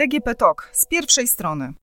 DGP Talk z pierwszej strony.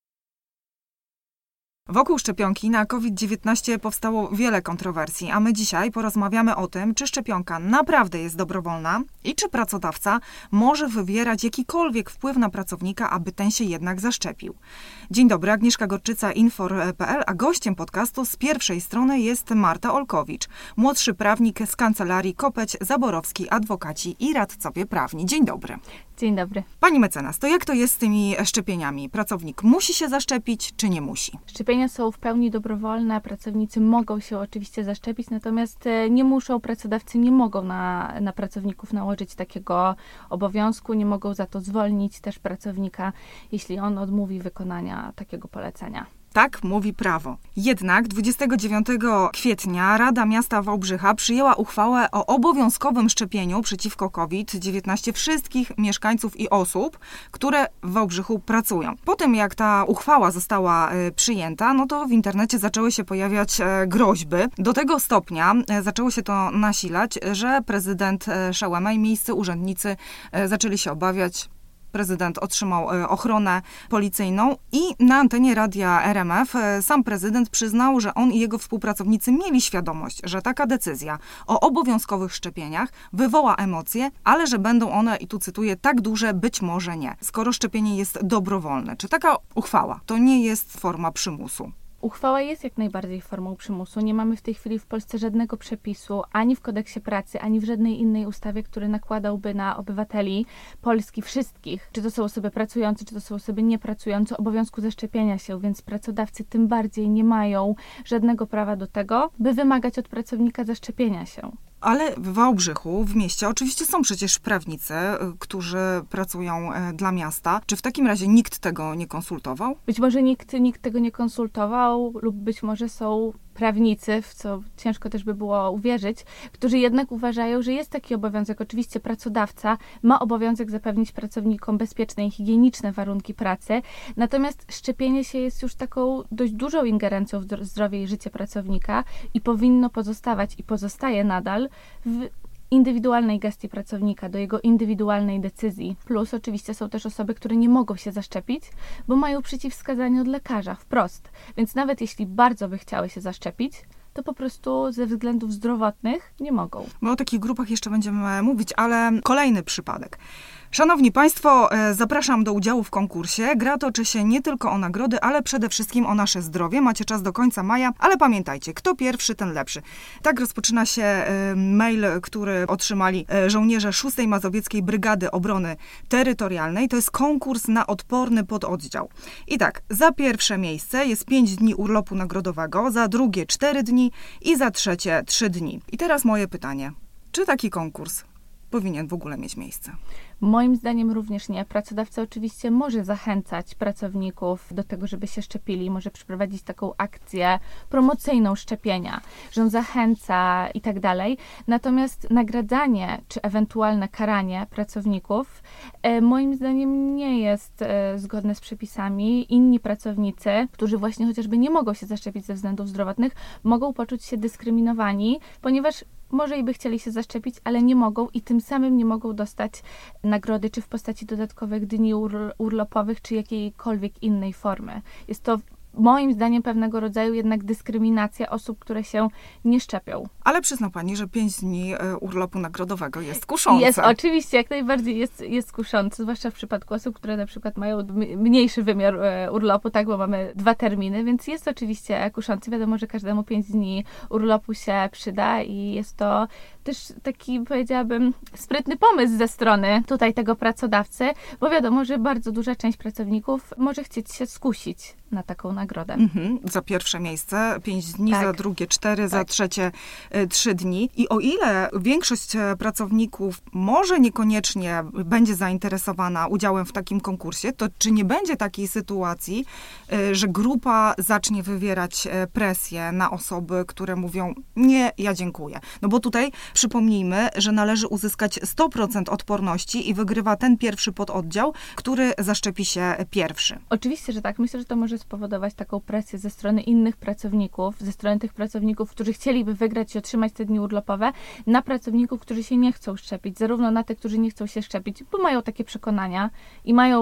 Wokół szczepionki na COVID-19 powstało wiele kontrowersji, a my dzisiaj porozmawiamy o tym, czy szczepionka naprawdę jest dobrowolna i czy pracodawca może wywierać jakikolwiek wpływ na pracownika, aby ten się jednak zaszczepił. Dzień dobry, Agnieszka Gorczyca, Infor.pl, a gościem podcastu z pierwszej strony jest Marta Olkowicz, młodszy prawnik z kancelarii Kopeć, Zaborowski, adwokaci i radcowie prawni. Dzień dobry. Dzień dobry. Pani mecenas, to jak to jest z tymi szczepieniami? Pracownik musi się zaszczepić, czy nie musi? Szczepienia są w pełni dobrowolne, pracownicy mogą się oczywiście zaszczepić, natomiast nie muszą, pracodawcy nie mogą na pracowników nałożyć takiego obowiązku, nie mogą za to zwolnić też pracownika, jeśli on odmówi wykonania takiego polecenia. Tak mówi prawo. Jednak 29 kwietnia Rada Miasta Wałbrzycha przyjęła uchwałę o obowiązkowym szczepieniu przeciwko COVID-19 wszystkich mieszkańców i osób, które w Wałbrzychu pracują. Po tym, jak ta uchwała została przyjęta, no to w internecie zaczęły się pojawiać groźby. Do tego stopnia zaczęło się to nasilać, że prezydent Szałema i miejscy urzędnicy zaczęli się obawiać. Prezydent otrzymał ochronę policyjną i na antenie radia RMF sam prezydent przyznał, że on i jego współpracownicy mieli świadomość, że taka decyzja o obowiązkowych szczepieniach wywoła emocje, ale że będą one, i tu cytuję, tak duże, być może nie, skoro szczepienie jest dobrowolne. Czy taka uchwała to nie jest forma przymusu? Uchwała jest jak najbardziej formą przymusu. Nie mamy w tej chwili w Polsce żadnego przepisu, ani w kodeksie pracy, ani w żadnej innej ustawie, który nakładałby na obywateli Polski wszystkich, czy to są osoby pracujące, czy to są osoby niepracujące, obowiązku zaszczepienia się, więc pracodawcy tym bardziej nie mają żadnego prawa do tego, by wymagać od pracownika zaszczepienia się. Ale w Wałbrzychu, w mieście, oczywiście są przecież prawnicy, którzy pracują dla miasta. Czy w takim razie nikt tego nie konsultował? Być może nikt tego nie konsultował, lub być może są prawnicy, w co ciężko też by było uwierzyć, którzy jednak uważają, że jest taki obowiązek. Oczywiście pracodawca ma obowiązek zapewnić pracownikom bezpieczne i higieniczne warunki pracy, natomiast szczepienie się jest już taką dość dużą ingerencją w zdrowie i życie pracownika i powinno pozostawać i pozostaje nadal w indywidualnej gestii pracownika, do jego indywidualnej decyzji. Plus oczywiście są też osoby, które nie mogą się zaszczepić, bo mają przeciwwskazanie od lekarza wprost. Więc nawet jeśli bardzo by chciały się zaszczepić, to po prostu ze względów zdrowotnych nie mogą. My o takich grupach jeszcze będziemy mówić, ale kolejny przypadek. Szanowni Państwo, zapraszam do udziału w konkursie. Gra toczy się nie tylko o nagrody, ale przede wszystkim o nasze zdrowie. Macie czas do końca maja, ale pamiętajcie, kto pierwszy, ten lepszy. Tak rozpoczyna się mail, który otrzymali żołnierze 6. Mazowieckiej Brygady Obrony Terytorialnej. To jest konkurs na odporny pododdział. I tak, za pierwsze miejsce jest 5 dni urlopu nagrodowego, za drugie 4 dni i za trzecie 3 dni. I teraz moje pytanie. Czy taki konkurs powinien w ogóle mieć miejsce? Moim zdaniem również nie. Pracodawca oczywiście może zachęcać pracowników do tego, żeby się szczepili, może przeprowadzić taką akcję promocyjną szczepienia, że on zachęca i tak dalej. Natomiast nagradzanie czy ewentualne karanie pracowników moim zdaniem nie jest zgodne z przepisami. Inni pracownicy, którzy właśnie chociażby nie mogą się zaszczepić ze względów zdrowotnych, mogą poczuć się dyskryminowani, ponieważ może i by chcieli się zaszczepić, ale nie mogą i tym samym nie mogą dostać nagrody, czy w postaci dodatkowych dni urlopowych, czy jakiejkolwiek innej formy. Jest to moim zdaniem pewnego rodzaju jednak dyskryminacja osób, które się nie szczepią. Ale przyzna Pani, że 5 dni urlopu nagrodowego jest kuszące. Jest, oczywiście, jak najbardziej jest kuszące, zwłaszcza w przypadku osób, które na przykład mają mniejszy wymiar urlopu, tak, bo mamy 2 terminy, więc jest oczywiście kuszące. Wiadomo, że każdemu 5 dni urlopu się przyda i jest to też taki, powiedziałabym, sprytny pomysł ze strony tutaj tego pracodawcy, bo wiadomo, że bardzo duża część pracowników może chcieć się skusić na taką nagrodę. Za pierwsze miejsce 5 dni, tak. Za drugie 4, za trzecie 3 dni. I o ile większość pracowników może niekoniecznie będzie zainteresowana udziałem w takim konkursie, to czy nie będzie takiej sytuacji, że grupa zacznie wywierać presję na osoby, które mówią: nie, ja dziękuję. No bo tutaj przypomnijmy, że należy uzyskać 100% odporności i wygrywa ten pierwszy pododdział, który zaszczepi się pierwszy. Oczywiście, że tak. Myślę, że to może spowodować taką presję ze strony innych pracowników, ze strony tych pracowników, którzy chcieliby wygrać i otrzymać te dni urlopowe, na pracowników, którzy się nie chcą szczepić, zarówno na tych, którzy nie chcą się szczepić, bo mają takie przekonania i mają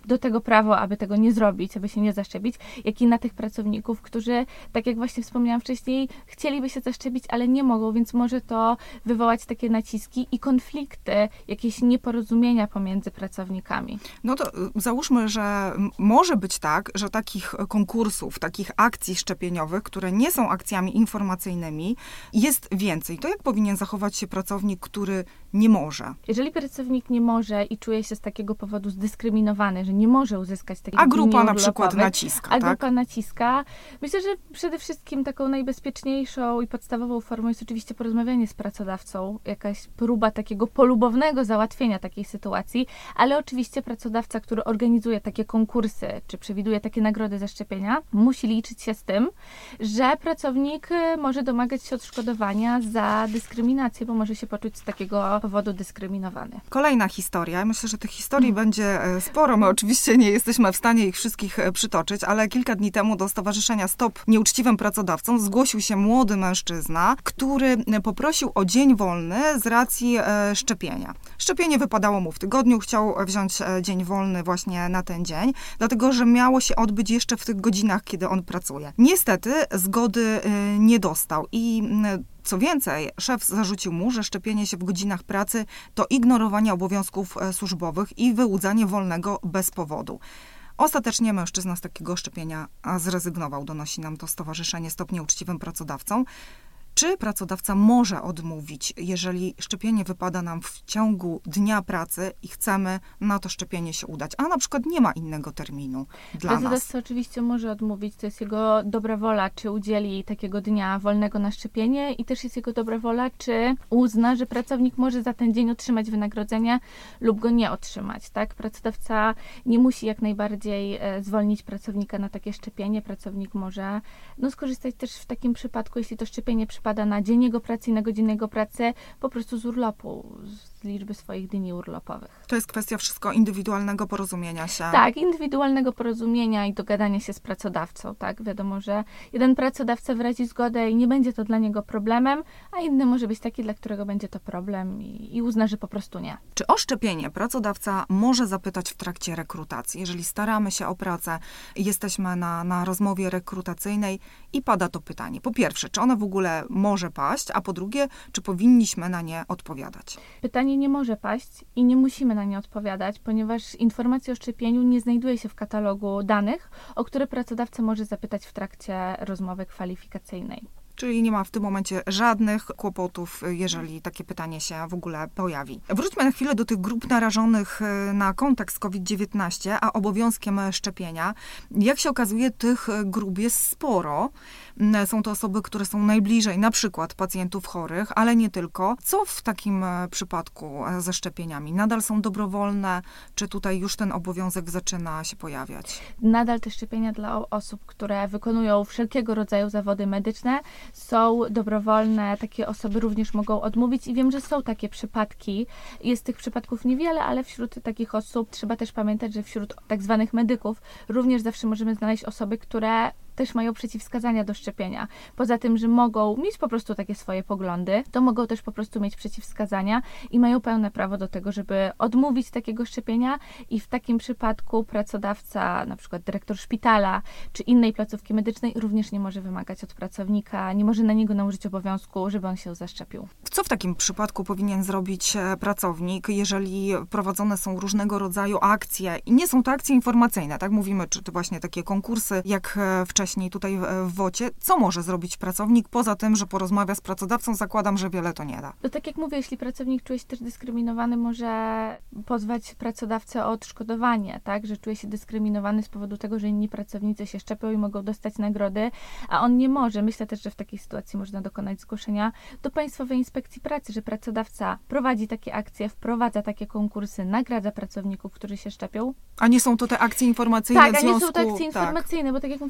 do tego prawo, aby tego nie zrobić, aby się nie zaszczepić, jak i na tych pracowników, którzy, tak jak właśnie wspomniałam wcześniej, chcieliby się zaszczepić, ale nie mogą, więc może to wywołać takie naciski i konflikty, jakieś nieporozumienia pomiędzy pracownikami. No to załóżmy, że może być tak, że takich konkursów, takich akcji szczepieniowych, które nie są akcjami informacyjnymi, jest więcej. To jak powinien zachować się pracownik, który nie może? Jeżeli pracownik nie może i czuje się z takiego powodu zdyskryminowany, że nie może uzyskać takiego A grupa na przykład naciska, grupa naciska. Myślę, że przede wszystkim taką najbezpieczniejszą i podstawową formą jest oczywiście porozmawianie z pracodawcą, jakaś próba takiego polubownego załatwienia takiej sytuacji, ale oczywiście pracodawca, który organizuje takie konkursy, czy przewiduje takie nagrody za szczepienia, musi liczyć się z tym, że pracownik może domagać się odszkodowania za dyskryminację, bo może się poczuć z takiego powodu dyskryminowany. Kolejna historia. Myślę, że tych historii będzie sporo. My oczywiście nie jesteśmy w stanie ich wszystkich przytoczyć, ale kilka dni temu do Stowarzyszenia Stop Nieuczciwym Pracodawcom zgłosił się młody mężczyzna, który poprosił o dzień wolny z racji szczepienia. Szczepienie wypadało mu w tygodniu, chciał wziąć dzień wolny właśnie na ten dzień, dlatego że miało się odbyć jeszcze w tych godzinach, kiedy on pracuje. Niestety zgody nie dostał i co więcej, szef zarzucił mu, że szczepienie się w godzinach pracy to ignorowanie obowiązków służbowych i wyłudzanie wolnego bez powodu. Ostatecznie mężczyzna z takiego szczepienia zrezygnował, donosi nam to Stowarzyszenie Stop Nieuczciwym Pracodawcom. Czy pracodawca może odmówić, jeżeli szczepienie wypada nam w ciągu dnia pracy i chcemy na to szczepienie się udać, a na przykład nie ma innego terminu dla nas? Pracodawca oczywiście może odmówić, to jest jego dobra wola, czy udzieli takiego dnia wolnego na szczepienie i też jest jego dobra wola, czy uzna, że pracownik może za ten dzień otrzymać wynagrodzenie lub go nie otrzymać, tak? Pracodawca nie musi jak najbardziej zwolnić pracownika na takie szczepienie. Pracownik może skorzystać też w takim przypadku, jeśli to szczepienie przypada na dzień jego pracy i na godzinę jego pracy, po prostu z urlopu, z liczby swoich dni urlopowych. To jest kwestia wszystko indywidualnego porozumienia się. Tak, indywidualnego porozumienia i dogadania się z pracodawcą, tak? Wiadomo, że jeden pracodawca wyrazi zgodę i nie będzie to dla niego problemem, a inny może być taki, dla którego będzie to problem i uzna, że po prostu nie. Czy o szczepienie pracodawca może zapytać w trakcie rekrutacji? Jeżeli staramy się o pracę, jesteśmy na rozmowie rekrutacyjnej i pada to pytanie. Po pierwsze, czy ona w ogóle może paść, a po drugie, czy powinniśmy na nie odpowiadać? Pytanie nie może paść i nie musimy na nie odpowiadać, ponieważ informacja o szczepieniu nie znajduje się w katalogu danych, o które pracodawca może zapytać w trakcie rozmowy kwalifikacyjnej. Czyli nie ma w tym momencie żadnych kłopotów, jeżeli takie pytanie się w ogóle pojawi. Wróćmy na chwilę do tych grup narażonych na kontakt z COVID-19, a obowiązkiem szczepienia. Jak się okazuje, tych grup jest sporo. Są to osoby, które są najbliżej, na przykład pacjentów chorych, ale nie tylko. Co w takim przypadku ze szczepieniami? Nadal są dobrowolne, czy tutaj już ten obowiązek zaczyna się pojawiać? Nadal te szczepienia dla osób, które wykonują wszelkiego rodzaju zawody medyczne, są dobrowolne. Takie osoby również mogą odmówić i wiem, że są takie przypadki. Jest tych przypadków niewiele, ale wśród takich osób trzeba też pamiętać, że wśród tak zwanych medyków również zawsze możemy znaleźć osoby, które też mają przeciwwskazania do szczepienia. Poza tym, że mogą mieć po prostu takie swoje poglądy, to mogą też po prostu mieć przeciwwskazania i mają pełne prawo do tego, żeby odmówić takiego szczepienia i w takim przypadku pracodawca, na przykład dyrektor szpitala czy innej placówki medycznej również nie może wymagać od pracownika, nie może na niego nałożyć obowiązku, żeby on się zaszczepił. Co w takim przypadku powinien zrobić pracownik, jeżeli prowadzone są różnego rodzaju akcje i nie są to akcje informacyjne, tak mówimy, czy to właśnie takie konkursy, jak wcześniej tutaj w WOC-ie, co może zrobić pracownik, poza tym, że porozmawia z pracodawcą, zakładam, że wiele to nie da. No tak jak mówię, jeśli pracownik czuje się też dyskryminowany, może pozwać pracodawcę o odszkodowanie, tak, że czuje się dyskryminowany z powodu tego, że inni pracownicy się szczepią i mogą dostać nagrody, a on nie może. Myślę też, że w takiej sytuacji można dokonać zgłoszenia do Państwowej Inspekcji Pracy, że pracodawca prowadzi takie akcje, wprowadza takie konkursy, nagradza pracowników, którzy się szczepią. A nie są to te akcje informacyjne tak, w związku... Tak, a nie są to akcje informacyjne, bo tak jak mówię, pracodawca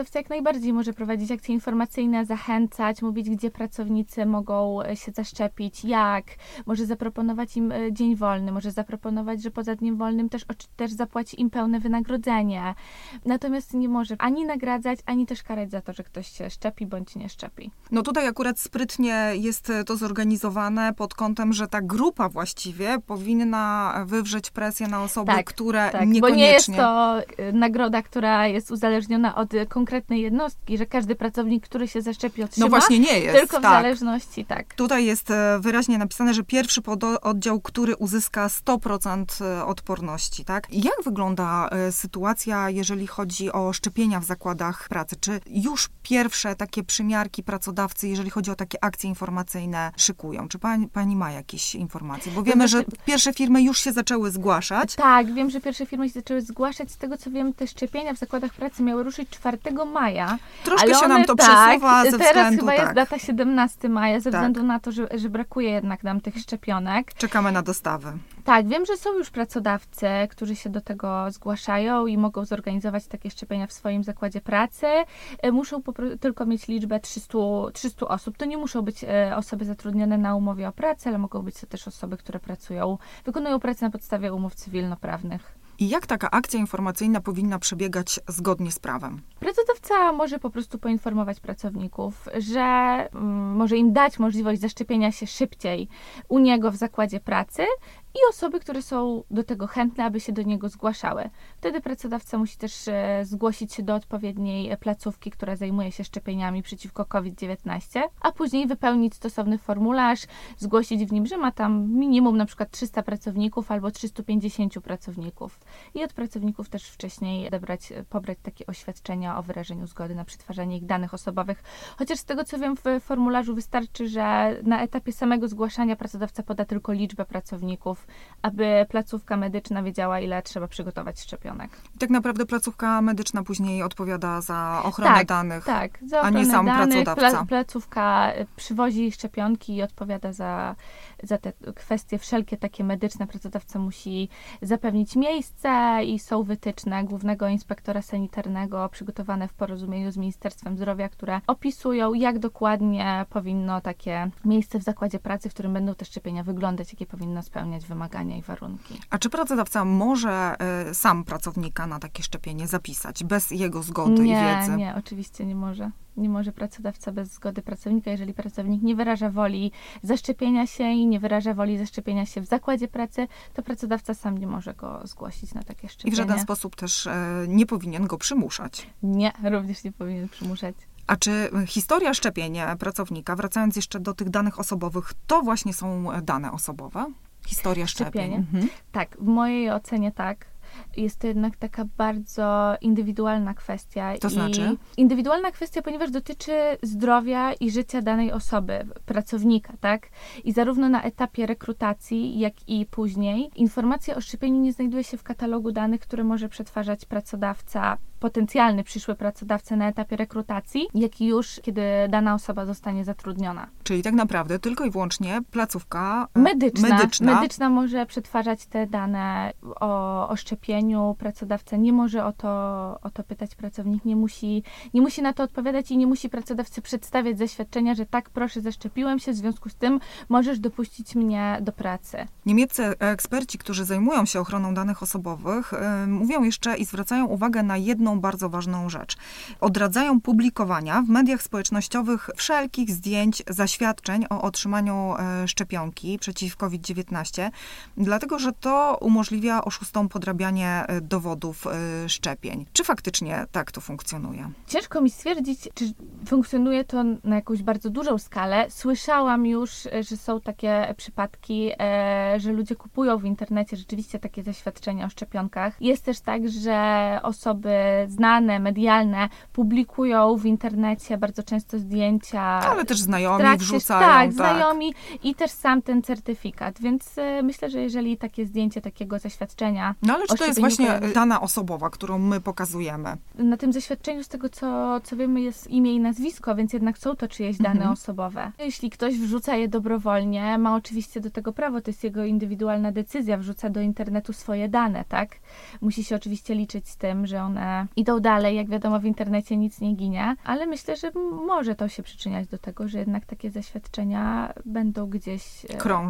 pracodawca jak najbardziej może prowadzić akcje informacyjne, zachęcać, mówić, gdzie pracownicy mogą się zaszczepić, jak, może zaproponować im dzień wolny, może zaproponować, że poza dniem wolnym też zapłaci im pełne wynagrodzenie. Natomiast nie może ani nagradzać, ani też karać za to, że ktoś się szczepi bądź nie szczepi. No tutaj akurat sprytnie jest to zorganizowane pod kątem, że ta grupa właściwie powinna wywrzeć presję na osoby, które niekoniecznie... Bo nie jest to nagroda, która jest uzależniona od konkretnej jednostki, że każdy pracownik, który się zaszczepi, otrzyma. No właśnie nie jest. Tylko w zależności, Tutaj jest wyraźnie napisane, że pierwszy pododdział, który uzyska 100% odporności, tak? Jak wygląda sytuacja, jeżeli chodzi o szczepienia w zakładach pracy? Czy już pierwsze takie przymiarki pracodawcy, jeżeli chodzi o takie akcje informacyjne, szykują? Czy pani ma jakieś informacje? Bo wiemy, że pierwsze firmy już się zaczęły zgłaszać. Tak, wiem, że pierwsze firmy się zaczęły zgłaszać. Z tego, co wiem, te szczepienia w zakładach pracy miały ruszyć 4 maja. Troszkę się nam to przesuwa ze teraz względu... chyba jest data 17 maja, ze względu na to, że brakuje jednak nam tych szczepionek. Czekamy na dostawy. Tak, wiem, że są już pracodawcy, którzy się do tego zgłaszają i mogą zorganizować takie szczepienia w swoim zakładzie pracy. Muszą tylko mieć liczbę 300 osób. To nie muszą być osoby zatrudnione na umowie o pracę, ale mogą być to też osoby, które wykonują pracę na podstawie umów cywilnoprawnych. I jak taka akcja informacyjna powinna przebiegać zgodnie z prawem? Pracodawca może po prostu poinformować pracowników, że może im dać możliwość zaszczepienia się szybciej u niego w zakładzie pracy i osoby, które są do tego chętne, aby się do niego zgłaszały. Wtedy pracodawca musi też zgłosić się do odpowiedniej placówki, która zajmuje się szczepieniami przeciwko COVID-19, a później wypełnić stosowny formularz, zgłosić w nim, że ma tam minimum na przykład 300 pracowników albo 350 pracowników. I od pracowników też wcześniej pobrać takie oświadczenia o wyrażeniu zgody na przetwarzanie ich danych osobowych. Chociaż z tego, co wiem, w formularzu wystarczy, że na etapie samego zgłaszania pracodawca poda tylko liczbę pracowników, aby placówka medyczna wiedziała, ile trzeba przygotować szczepionek. I tak naprawdę placówka medyczna później odpowiada za ochronę danych, za a nie sam danych. pracodawca. Placówka przywozi szczepionki i odpowiada za te kwestie wszelkie takie medyczne. Pracodawca musi zapewnić miejsce i są wytyczne Głównego Inspektora Sanitarnego przygotowane w porozumieniu z Ministerstwem Zdrowia, które opisują, jak dokładnie powinno takie miejsce w zakładzie pracy, w którym będą te szczepienia wyglądać, jakie powinno spełniać wymagania i warunki. A czy pracodawca może sam pracownika na takie szczepienie zapisać bez jego zgody i wiedzy? Nie, oczywiście nie może. Nie może pracodawca bez zgody pracownika, jeżeli pracownik nie wyraża woli zaszczepienia się i nie wyraża woli zaszczepienia się w zakładzie pracy, to pracodawca sam nie może go zgłosić na takie szczepienie. I w żaden sposób też nie powinien go przymuszać. Nie, również nie powinien przymuszać. A czy historia szczepienia pracownika, wracając jeszcze do tych danych osobowych, to właśnie są dane osobowe? Historia szczepień. Tak, w mojej ocenie tak. Jest to jednak taka bardzo indywidualna kwestia. To znaczy? Indywidualna kwestia, ponieważ dotyczy zdrowia i życia danej osoby, pracownika, tak? I zarówno na etapie rekrutacji, jak i później informacja o szczepieniu nie znajduje się w katalogu danych, które może przetwarzać pracodawca, potencjalny przyszły pracodawca na etapie rekrutacji, jak i już kiedy dana osoba zostanie zatrudniona. Czyli tak naprawdę tylko i wyłącznie placówka medyczna może przetwarzać te dane o szczepieniu. Pracodawca nie może o to pytać, pracownik nie musi na to odpowiadać i nie musi pracodawcy przedstawiać zaświadczenia, że tak, proszę, zaszczepiłem się, w związku z tym możesz dopuścić mnie do pracy. Niemieccy eksperci, którzy zajmują się ochroną danych osobowych, mówią jeszcze i zwracają uwagę na jedną bardzo ważną rzecz. Odradzają publikowania w mediach społecznościowych wszelkich zdjęć, zaświadczeń o otrzymaniu szczepionki przeciw COVID-19, dlatego że to umożliwia oszustom podrabianie dowodów szczepień. Czy faktycznie tak to funkcjonuje? Ciężko mi stwierdzić, czy funkcjonuje to na jakąś bardzo dużą skalę. Słyszałam już, że są takie przypadki, że ludzie kupują w internecie rzeczywiście takie zaświadczenia o szczepionkach. Jest też tak, że osoby znane, medialne publikują w internecie bardzo często zdjęcia. Ale też znajomi wrzucają. Tak, znajomi i też sam ten certyfikat, więc myślę, że jeżeli takie zdjęcie takiego zaświadczenia... No ale czy to jest właśnie dana osobowa, którą my pokazujemy? Na tym zaświadczeniu, z tego co wiemy, jest imię i nazwisko, więc jednak są to czyjeś dane osobowe. Jeśli ktoś wrzuca je dobrowolnie, ma oczywiście do tego prawo, to jest jego indywidualna decyzja, wrzuca do internetu swoje dane, tak? Musi się oczywiście liczyć z tym, że one idą dalej, jak wiadomo w internecie nic nie ginie, ale myślę, że może to się przyczyniać do tego, że jednak takie zaświadczenia będą gdzieś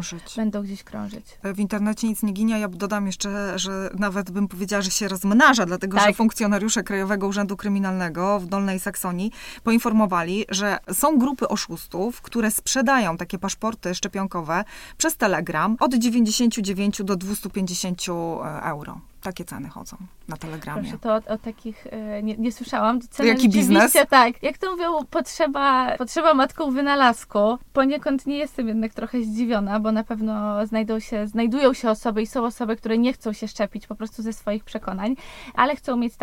krążyć. W internecie nic nie ginie, ja dodam jeszcze, że nawet bym powiedziała, że się rozmnaża, dlatego że funkcjonariusze Krajowego Urzędu Kryminalnego w Dolnej Saksonii poinformowali, że są grupy oszustów, które sprzedają takie paszporty szczepionkowe przez Telegram od 99 do 250 euro. Takie ceny chodzą na Telegramie. Proszę, to o takich nie słyszałam. To jaki biznes? Tak. Jak to mówią, potrzeba matką wynalazku. Poniekąd nie jestem jednak trochę zdziwiona, bo na pewno znajdują się osoby i są osoby, które nie chcą się szczepić po prostu ze swoich przekonań, ale chcą mieć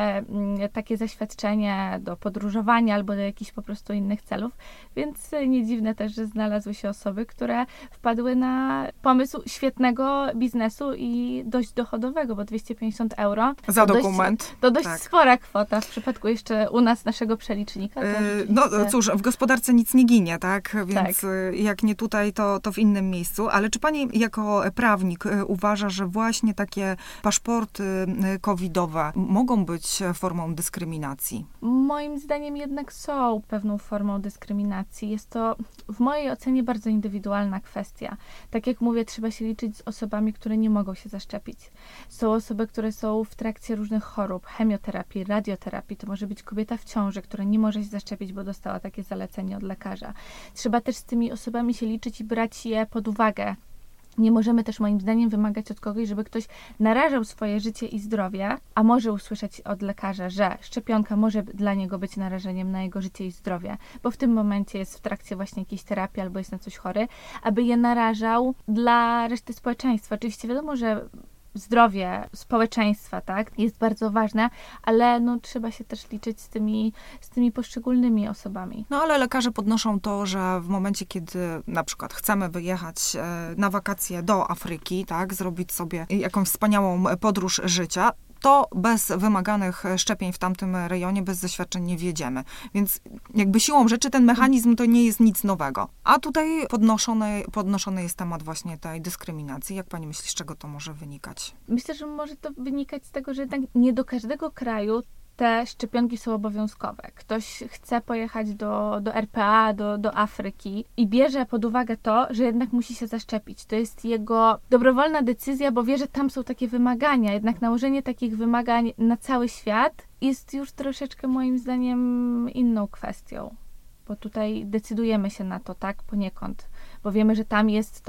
takie zaświadczenie do podróżowania albo do jakichś po prostu innych celów. Więc nie dziwne też, że znalazły się osoby, które wpadły na pomysł świetnego biznesu i dość dochodowego, bo 250 euro. Za dokument. To dość spora kwota w przypadku jeszcze u nas naszego przelicznika. Cóż, w gospodarce nic nie ginie, tak? Więc jak nie tutaj, to w innym miejscu. Ale czy pani jako prawnik uważa, że właśnie takie paszporty covidowe mogą być formą dyskryminacji? Moim zdaniem jednak są pewną formą dyskryminacji. Jest to w mojej ocenie bardzo indywidualna kwestia. Tak jak mówię, trzeba się liczyć z osobami, które nie mogą się zaszczepić. Są osoby, które są w trakcie różnych chorób, chemioterapii, radioterapii. To może być kobieta w ciąży, która nie może się zaszczepić, bo dostała takie zalecenie od lekarza. Trzeba też z tymi osobami się liczyć i brać je pod uwagę. Nie możemy też moim zdaniem wymagać od kogoś, żeby ktoś narażał swoje życie i zdrowie, a może usłyszeć od lekarza, że szczepionka może dla niego być narażeniem na jego życie i zdrowie, bo w tym momencie jest w trakcie właśnie jakiejś terapii albo jest na coś chory, aby je narażał dla reszty społeczeństwa. Oczywiście wiadomo, że zdrowie społeczeństwa, tak, jest bardzo ważne, ale trzeba się też liczyć z tymi poszczególnymi osobami. Ale lekarze podnoszą to, że w momencie, kiedy na przykład chcemy wyjechać na wakacje do Afryki, tak, zrobić sobie jakąś wspaniałą podróż życia, to bez wymaganych szczepień w tamtym rejonie, bez zaświadczeń nie wjedziemy. Więc jakby siłą rzeczy ten mechanizm to nie jest nic nowego. A tutaj podnoszony jest temat właśnie tej dyskryminacji. Jak pani myśli, z czego to może wynikać? Myślę, że może to wynikać z tego, że jednak nie do każdego kraju te szczepionki są obowiązkowe. Ktoś chce pojechać do RPA, do Afryki i bierze pod uwagę to, że jednak musi się zaszczepić. To jest jego dobrowolna decyzja, bo wie, że tam są takie wymagania. Jednak nałożenie takich wymagań na cały świat jest już troszeczkę moim zdaniem inną kwestią. Bo tutaj decydujemy się na to, tak, poniekąd. Bo wiemy, że tam jest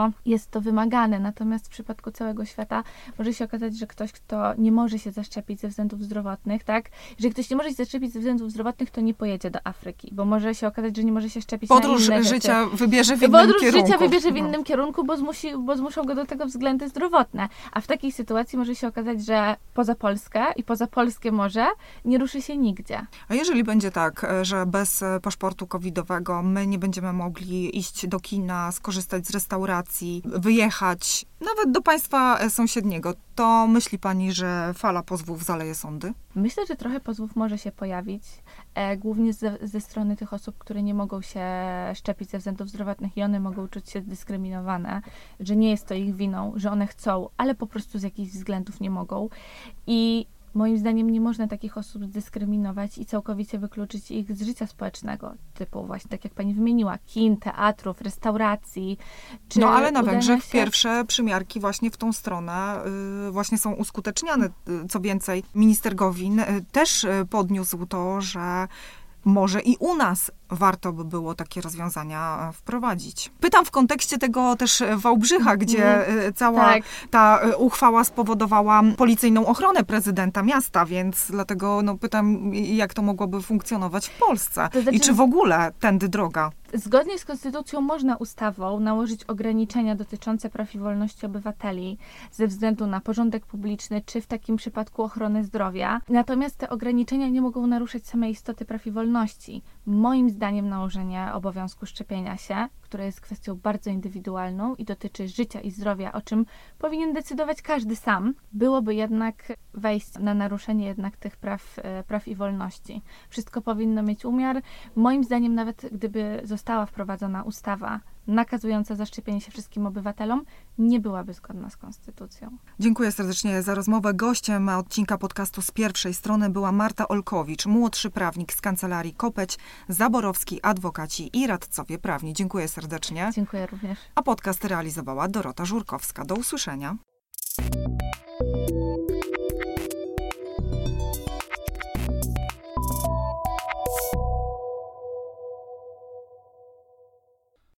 to wymagane. Natomiast w przypadku całego świata może się okazać, że ktoś, kto nie może się zaszczepić ze względów zdrowotnych, tak? Jeżeli ktoś nie może się zaszczepić ze względów zdrowotnych, to nie pojedzie do Afryki, bo może się okazać, że nie może się szczepić na inne rzeczy. Życia wybierze w innym kierunku. Podróż życia wybierze w innym kierunku, bo zmuszą go do tego względy zdrowotne. A w takiej sytuacji może się okazać, że poza Polskę i poza polskie morze nie ruszy się nigdzie. A jeżeli będzie tak, że bez paszportu covidowego my nie będziemy mogli iść do kina, skorzystać z restauracji, wyjechać nawet do państwa sąsiedniego, to myśli pani, że fala pozwów zaleje sądy? Myślę, że trochę pozwów może się pojawić, głównie ze strony tych osób, które nie mogą się szczepić ze względów zdrowotnych i one mogą czuć się dyskryminowane, że nie jest to ich winą, że one chcą, ale po prostu z jakichś względów nie mogą. I moim zdaniem nie można takich osób dyskryminować i całkowicie wykluczyć ich z życia społecznego, typu właśnie, tak jak pani wymieniła, kin, teatrów, restauracji. Czy ale na Węgrzech pierwsze przymiarki właśnie w tą stronę właśnie są uskuteczniane. Co więcej, minister Gowin też podniósł to, że może i u nas warto by było takie rozwiązania wprowadzić. Pytam w kontekście tego też Wałbrzycha, gdzie cała ta uchwała spowodowała policyjną ochronę prezydenta miasta, więc dlatego pytam, jak to mogłoby funkcjonować w Polsce i czy w ogóle tędy droga? Zgodnie z konstytucją można ustawą nałożyć ograniczenia dotyczące praw i wolności obywateli ze względu na porządek publiczny, czy w takim przypadku ochronę zdrowia. Natomiast te ograniczenia nie mogą naruszać samej istoty praw i wolności. Moim zdaniem nałożenie obowiązku szczepienia się, które jest kwestią bardzo indywidualną i dotyczy życia i zdrowia, o czym powinien decydować każdy sam, byłoby jednak wejść na naruszenie jednak tych praw i wolności. Wszystko powinno mieć umiar. Moim zdaniem nawet gdyby została wprowadzona ustawa nakazująca zaszczepienie się wszystkim obywatelom, nie byłaby zgodna z konstytucją. Dziękuję serdecznie za rozmowę. Gościem odcinka podcastu z pierwszej strony była Marta Olkowicz, młodszy prawnik z kancelarii Kopeć, Zaborowski, adwokaci i radcowie prawni. Dziękuję serdecznie. Dziękuję również. A podcast realizowała Dorota Żurkowska. Do usłyszenia.